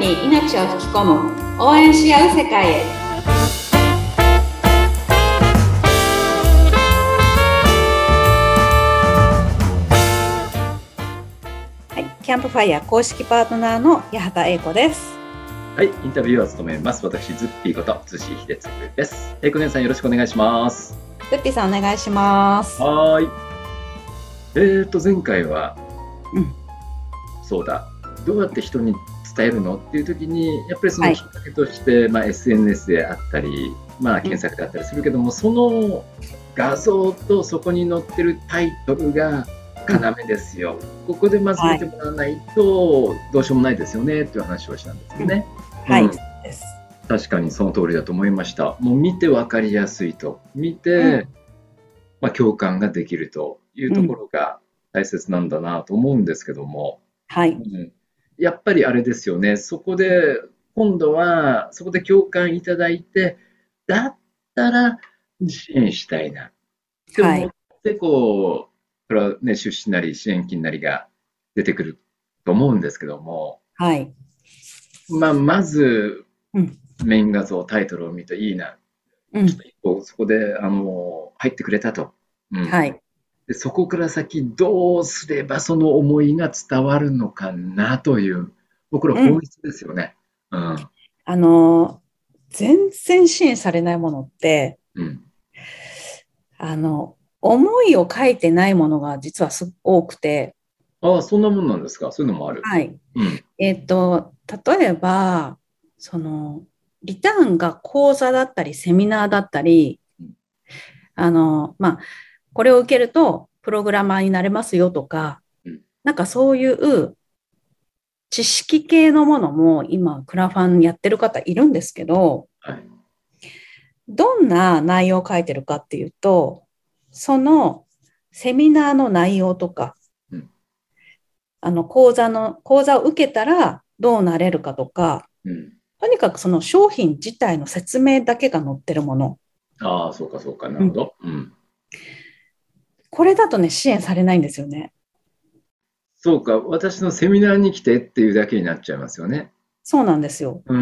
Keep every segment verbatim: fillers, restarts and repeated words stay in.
に命を吹き込む応援し合う世界へ。はい、キャンプファイヤー公式パートナーの八幡英子です。 はい、インタビューを務めます私ズッピーこと津志秀嗣です。英子姉さんよろしくお願いします。 ズッピーさんお願いします。 はい。えーと前回は、 うん、 そうだどうやって人に伝えるのっていう時にやっぱりそのきっかけとして、はい、まあ、エスエヌエス であったり、まあ、検索であったりするけども、うん、その画像とそこに載ってるタイトルが要ですよ、うん、ここでまず見てもらわないとどうしようもないですよねっていう話をしたんですよね、 うん、はい、 うん、 そうです。 確かにその通りだと思いました。もう見て分かりやすいと見て、うん、まあ、共感ができるというところが大切なんだなと思うんですけども、 はい、 うん、やっぱりあれですよね、そこで今度はそこで共感いただいてだったら支援したいなって思って、はい、こうこれはね出資なり支援金なりが出てくると思うんですけども、 はい、 まあ、まず、 うん、 メイン画像タイトルを見ていいな、うん、ちょっと一歩そこであの入ってくれたと、うん、 はい、 でそこから先どうすればその思いが伝わるのかなという、僕ら本質ですよね、うんうん、 あの全然支援されないものって、うん、あの思いを書いてないものが実はすごく多くて。 ああ、そんなもんなんですか。そういうのもある。 はい、 うん、 えっと例えばそのリターンが講座だったりセミナーだったり、うん、あのまあこれを受けるとプログラマーになれますよとか、うん、なんかそういう知識系のものも今クラファンやってる方いるんですけど、はい、どんな内容を書いてるかっていうと、そのセミナーの内容とか、うん、あの講座の講座を受けたらどうなれるかとか、うん、とにかくその商品自体の説明だけが載ってるもの。 ああ、そうかそうか、なるほど、うんうん、 これだとね支援されないんですよね。 そうか、私のセミナーに来てっていうだけになっちゃいますよね。 そうなんですよ。 うん、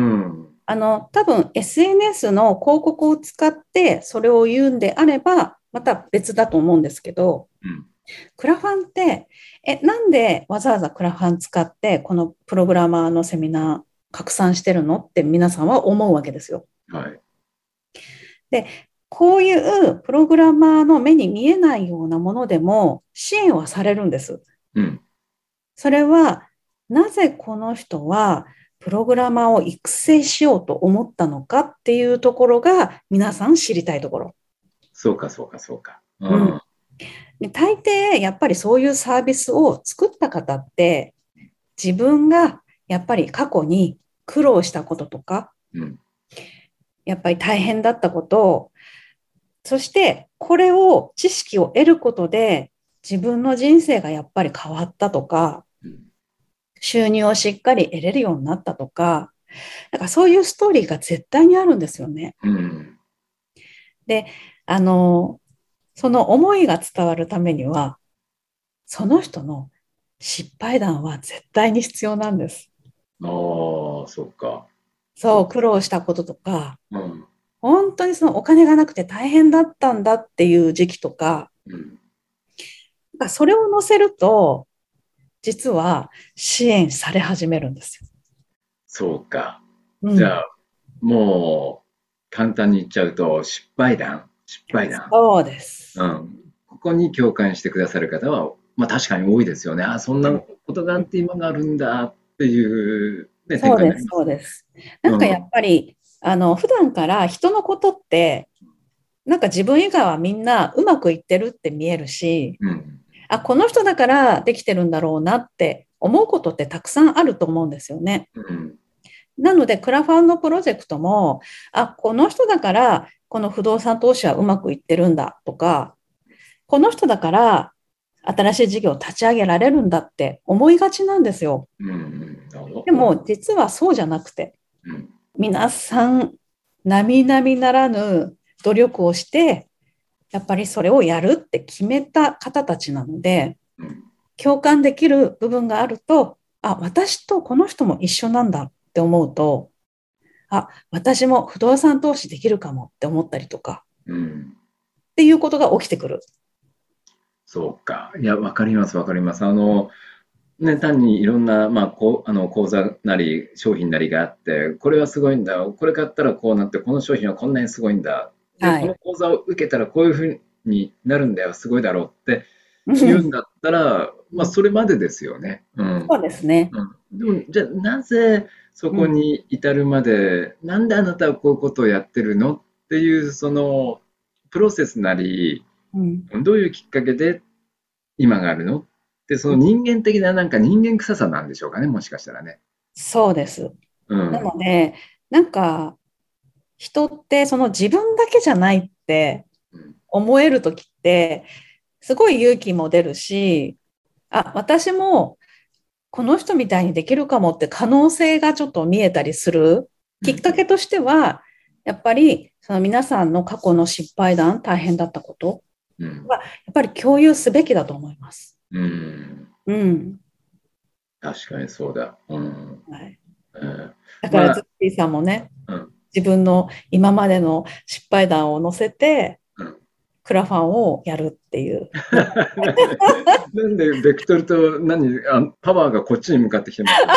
あの多分 エスエヌエス の広告を使ってそれを言うんであればまた別だと思うんですけど、うん、クラファンってえなんでわざわざクラファン使ってこのプログラマーのセミナー拡散してるのって皆さんは思うわけですよ。 はい、 でこういうプログラマーの目に見えないようなものでも支援はされるんです。うん、それはなぜこの人はプログラマーを育成しようと思ったのかっていうところが皆さん知りたいところ。 そうかそうかそうか。 うん、うん、で大抵やっぱりそういうサービスを作った方って自分がやっぱり過去に苦労したこととか、うん、やっぱり大変だったことを、そしてこれを知識を得ることで自分の人生がやっぱり変わったとか、うん、収入をしっかり得れるようになったとか、だからそういうストーリーが絶対にあるんですよね。うん、で、あのその思いが伝わるためにはその人の失敗談は絶対に必要なんです。 ああ、そうか。 そう苦労したこととか、 うん、 本当にそのお金がなくて大変だったんだっていう時期とか、うん、それを載せると実は支援され始めるんですよ。 そうか、うん、じゃあもう簡単に言っちゃうと失敗談失敗談そうです、 うん、ここに共感してくださる方は、まあ、確かに多いですよね。あ、そんなことがあって今があるんだっていう、ね、展開になります。 そうです、そうです。なんかやっぱり、うん、あの普段から人のことってなんか自分以外はみんなうまくいってるって見えるし、うん、あ、この人だからできてるんだろうなって思うことってたくさんあると思うんですよね。うん、なのでクラファンのプロジェクトも、あ、この人だからこの不動産投資はうまくいってるんだとか、この人だから新しい事業を立ち上げられるんだって思いがちなんですよ。うん、でも実はそうじゃなくて、うん、皆さん並々ならぬ努力をしてやっぱりそれをやるって決めた方たちなので、うん、共感できる部分があると、あ、私とこの人も一緒なんだっって思うと、あ、私も不動産投資できるかもって思ったりとか、うん、っていうことが起きてくる。 そうか。いや、わかります、わかります。あの、ね、単にいろんな、まあ、こう、あの、講座なり、商品なりがあって、これはすごいんだ。これ買ったらこうなって、この商品はこんなにすごいんだ。で、 はい、 この講座を受けたらこういうふうになるんだよ。すごいだろうって言うんだったら、まあ、それまでですよね。うん。 そうですね。 うん。でも、じゃあ、なぜそこに至るまで、うん、なんであなたはこういうことをやってるのっていう、その、プロセスなり、うん、どういうきっかけで今があるので、その人間的ななんか人間臭さなんでしょうかね、もしかしたらね。 そうです。 うん、 なので、なんか、人ってその自分だけじゃないって思えるときって、すごい勇気も出るし、あ、私もこの人みたいにできるかもって可能性がちょっと見えたりするきっかけとしては、やっぱりその皆さんの過去の失敗談、大変だったことは、やっぱり共有すべきだと思います。 うん。 うん。 確かにそうだ。うん。 はい。 うん、 だから、 まあ、 ズッピーさんもね、 うん、 自分の今までの失敗談を載せて、うん、クラファンをやるっていう。 なんでベクトルと何あパワーがこっちに向かってきてます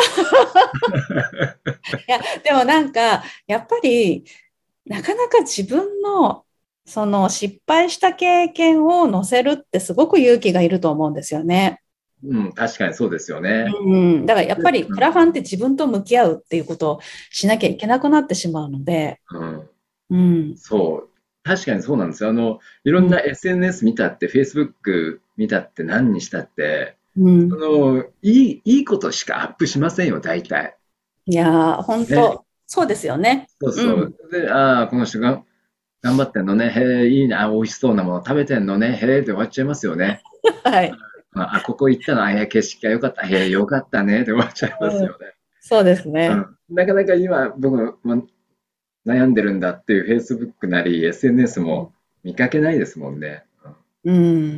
いや、でもなんか、やっぱり、なかなか自分の、その失敗した経験を載せるってすごく勇気がいると思うんですよね。 うん、確かにそうですよね。 うん、だからやっぱりクラファンって自分と向き合うっていうことをしなきゃいけなくなってしまうので、 うんうん、 そう。確かにそうなんですよ。あの、いろんな エスエヌエス 見たって、Facebook 見たって何にしたって、うん、その、いい、いいことしかアップしませんよ、大体。 いやー、本当、ね、そうですよね。 そうそう。うん、で、ああ、この人が頑張ってんのね。へえ、いいな。美味しそうなもの食べてんのね。へえ、って終わっちゃいますよね。はい。あ、ここ行ったの、あ、いや、景色が良かった。へえ、良かったね。って終わっちゃいますよね。うん、 そうですね。 うん。なかなか今、僕、悩んでるんだっていう Facebook なり エスエヌエス も見かけないですもんね。うん。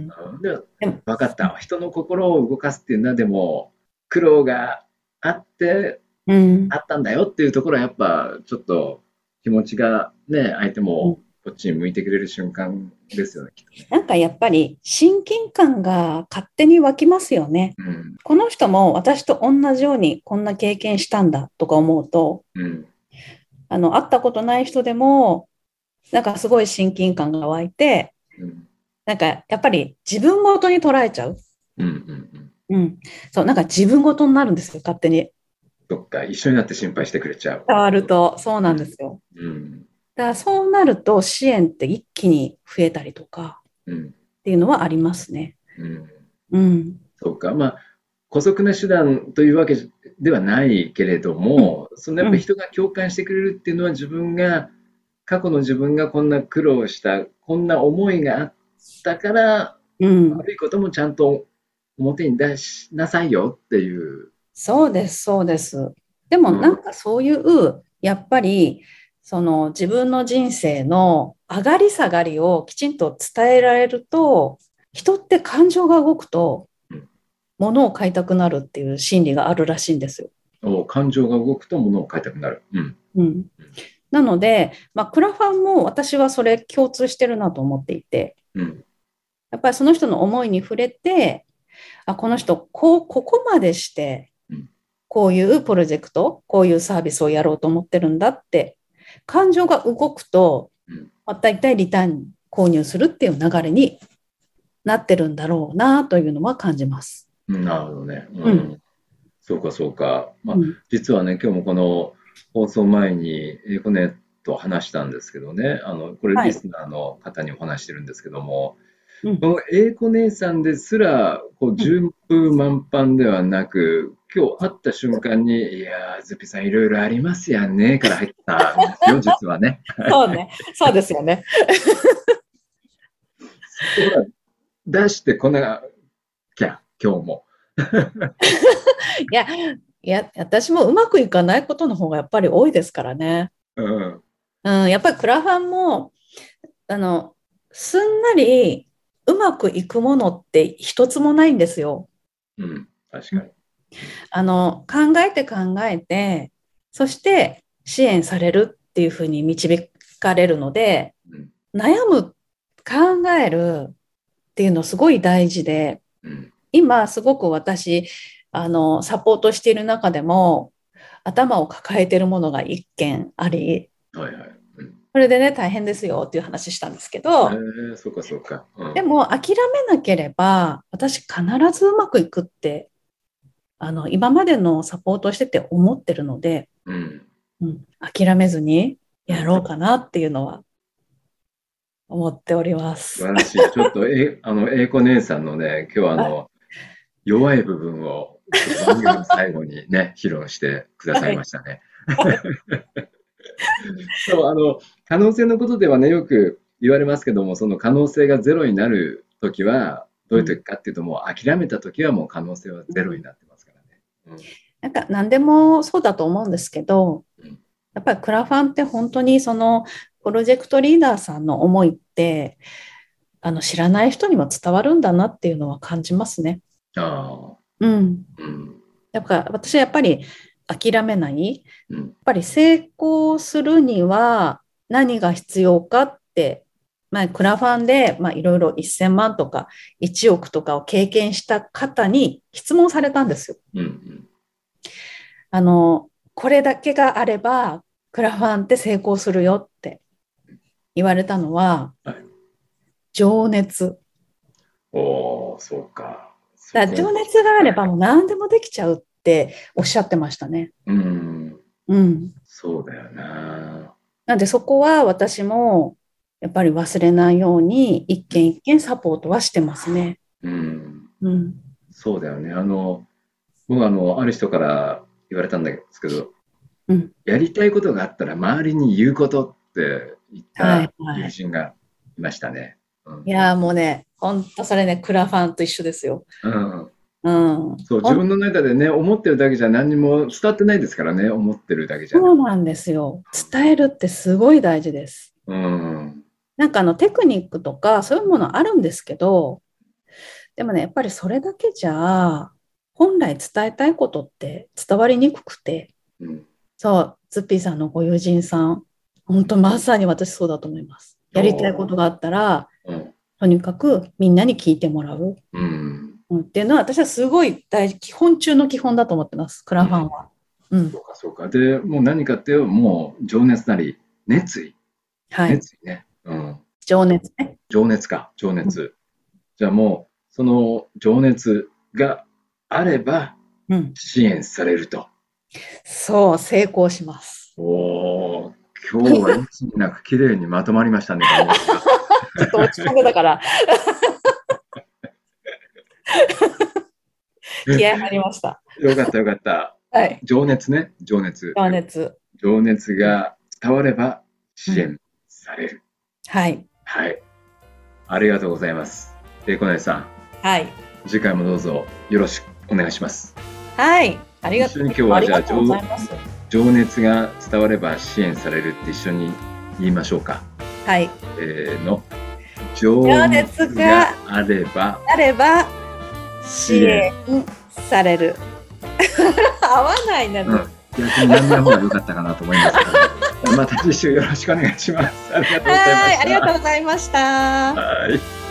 で、分かった。人の心を動かすっていうのはでも苦労があって、うん、あったんだよっていうところはやっぱちょっと気持ちがね、相手もこっちに向いてくれる瞬間ですよね、きっとね。 なんかやっぱり親近感が勝手に湧きますよね。うん、この人も私と同じようにこんな経験したんだとか思うと、うん、あの、会ったことない人でも、なんかすごい親近感が湧いて、うん、なんかやっぱり自分ごとに捉えちゃう。うんうんうん。うん。そう、なんか自分ごとになるんですよ、勝手に。 そっか、一緒になって心配してくれちゃう。 変わると、そうなんですよ。うん。うん、だからそうなると支援って一気に増えたりとか、うん、っていうのはありますね。うん。 うん、そうか、まあ、姑息な手段というわけではないけれども、うん、そのやっぱり人が共感してくれるっていうのは自分が、過去の自分がこんな苦労した、こんな思いがあったから、うん、悪いこともちゃんと表に出しなさいよっていう。 そうです、そうです。でもなんかそういう、うん、やっぱり、その自分の人生の上がり下がりをきちんと伝えられると、人って感情が動くと、物を買いたくなるっていう心理があるらしいんですよ。 お、感情が動くと物を買いたくなる。うん。 うん、なので、まあ、クラファンも私はそれ共通してるなと思っていて、うん、やっぱりその人の思いに触れて、あ、この人こう、ここまでして、こういうプロジェクト、こういうサービスをやろうと思ってるんだって、感情が動くと、まあ、大体リターン購入するっていう流れになってるんだろうなというのは感じます。 なるほどね。うん。うん、そうか、そうか。まあ、うん、実はね、今日もこの放送前に英語ネット話したんですけどね、あの、これリスナーの方にお話してるんですけども、はい、この英子姉さんですら、こう、順風満帆ではなく、今日会った瞬間に、いやー、ズピさんいろいろありますやんね、から入ったんですよ、実はね。 そうね。そうですよね。 出してこなきゃ、今日も。 いや、いや、私もうまくいかないことの方がやっぱり多いですからね。うん。うん、やっぱりクラファンも、あの、すんなりうまくいくものって一つもないんですよ。 うん、確かに。 あの、考えて考えて、 そして支援されるっていうふうに導かれるので、うん、悩む、考えるっていうのすごい大事で、うん、今すごく私あのサポートしている中でも頭を抱えているものが一件あり、はいはい、うん、それでね大変ですよっていう話したんですけど、 えー、そうかそうか、 うん、でも諦めなければ私必ずうまくいくってあの今までのサポートしてて思ってるので、うんうん、諦めずにやろうかなっていうのは思っております。 素晴らしい。ちょっとえあの英子姉さんのね、今日はあの弱い部分を番組の最後にね披露してくださいましたね。はい、そうあの可能性のことではねよく言われますけども、その可能性がゼロになるときはどういうときかっていうと、うん、もう諦めたときはもう可能性はゼロになってますからね。 うん、なんか何でもそうだと思うんですけど、うん、やっぱりクラファンって本当にそのプロジェクトリーダーさんの思いってあの知らない人にも伝わるんだなっていうのは感じますね。あうん。うん。だから私はやっぱり諦めない。うん、やっぱり成功するには何が必要かって、まあ、クラファンでいろいろせんまんとかいちおくとかを経験した方に質問されたんですよ。うんうん、あの、これだけがあればクラファンって成功するよって言われたのは、はい、情熱。 おー、そうか。 だから情熱があればもう何でもできちゃうっておっしゃってましたね。うん。 うん。そうだよな。 なんでそこは私もやっぱり忘れないように一件一件サポートはしてますね。うん。 うん。そうだよね。あの、僕あの、ある人から言われたんですけど、うん、やりたいことがあったら周りに言うことって言った友人がいましたね。はいはいうん、いやもうね、本当それね、クラファンと一緒ですよ。 うんうん、そう自分の中でね、思ってるだけじゃ何にも伝わってないですからね、思ってるだけじゃ、ね。 そうなんですよ。伝えるってすごい大事です。うん、なんかあのテクニックとかそういうものあるんですけど、でもね、やっぱりそれだけじゃ、本来伝えたいことって伝わりにくくて、うん、そう、ズッピーさんのご友人さん、本当まさに私そうだと思います。やりたいことがあったら、うん、とにかくみんなに聞いてもらう、うんうん、っていうのは私はすごい大事、基本中の基本だと思ってます、クラファンは。 うんうん、そうかそうか。で、もう何かっていうと、もう情熱なり熱意。はい。熱意ね。 うん、情熱ね。 情熱か、情熱。うん、じゃあもう、その情熱があれば支援されると。うん、 そう、成功します。 おー、今日はいつになく綺麗にまとまりましたね。 ちょっと落ち込んでたから。気合入りました。 よかったよかった。はい。情熱ね、情熱。 情熱。 情熱が伝われば支援される。 うん、はい。 はい。ありがとうございます。英子姉さん。 はい。 次回もどうぞよろしくお願いします。 はい。ありがとうございます。一緒に今日はじゃあ情熱が伝われば支援されるって一緒に言いましょうか。 はい。 せーの。情熱があればあれば支援される。合わないね。うん、 逆に何の方が良かったかなと思いますけど、また次週よろしくお願いします。ありがとうございました。 はい、ありがとうございました。 はい。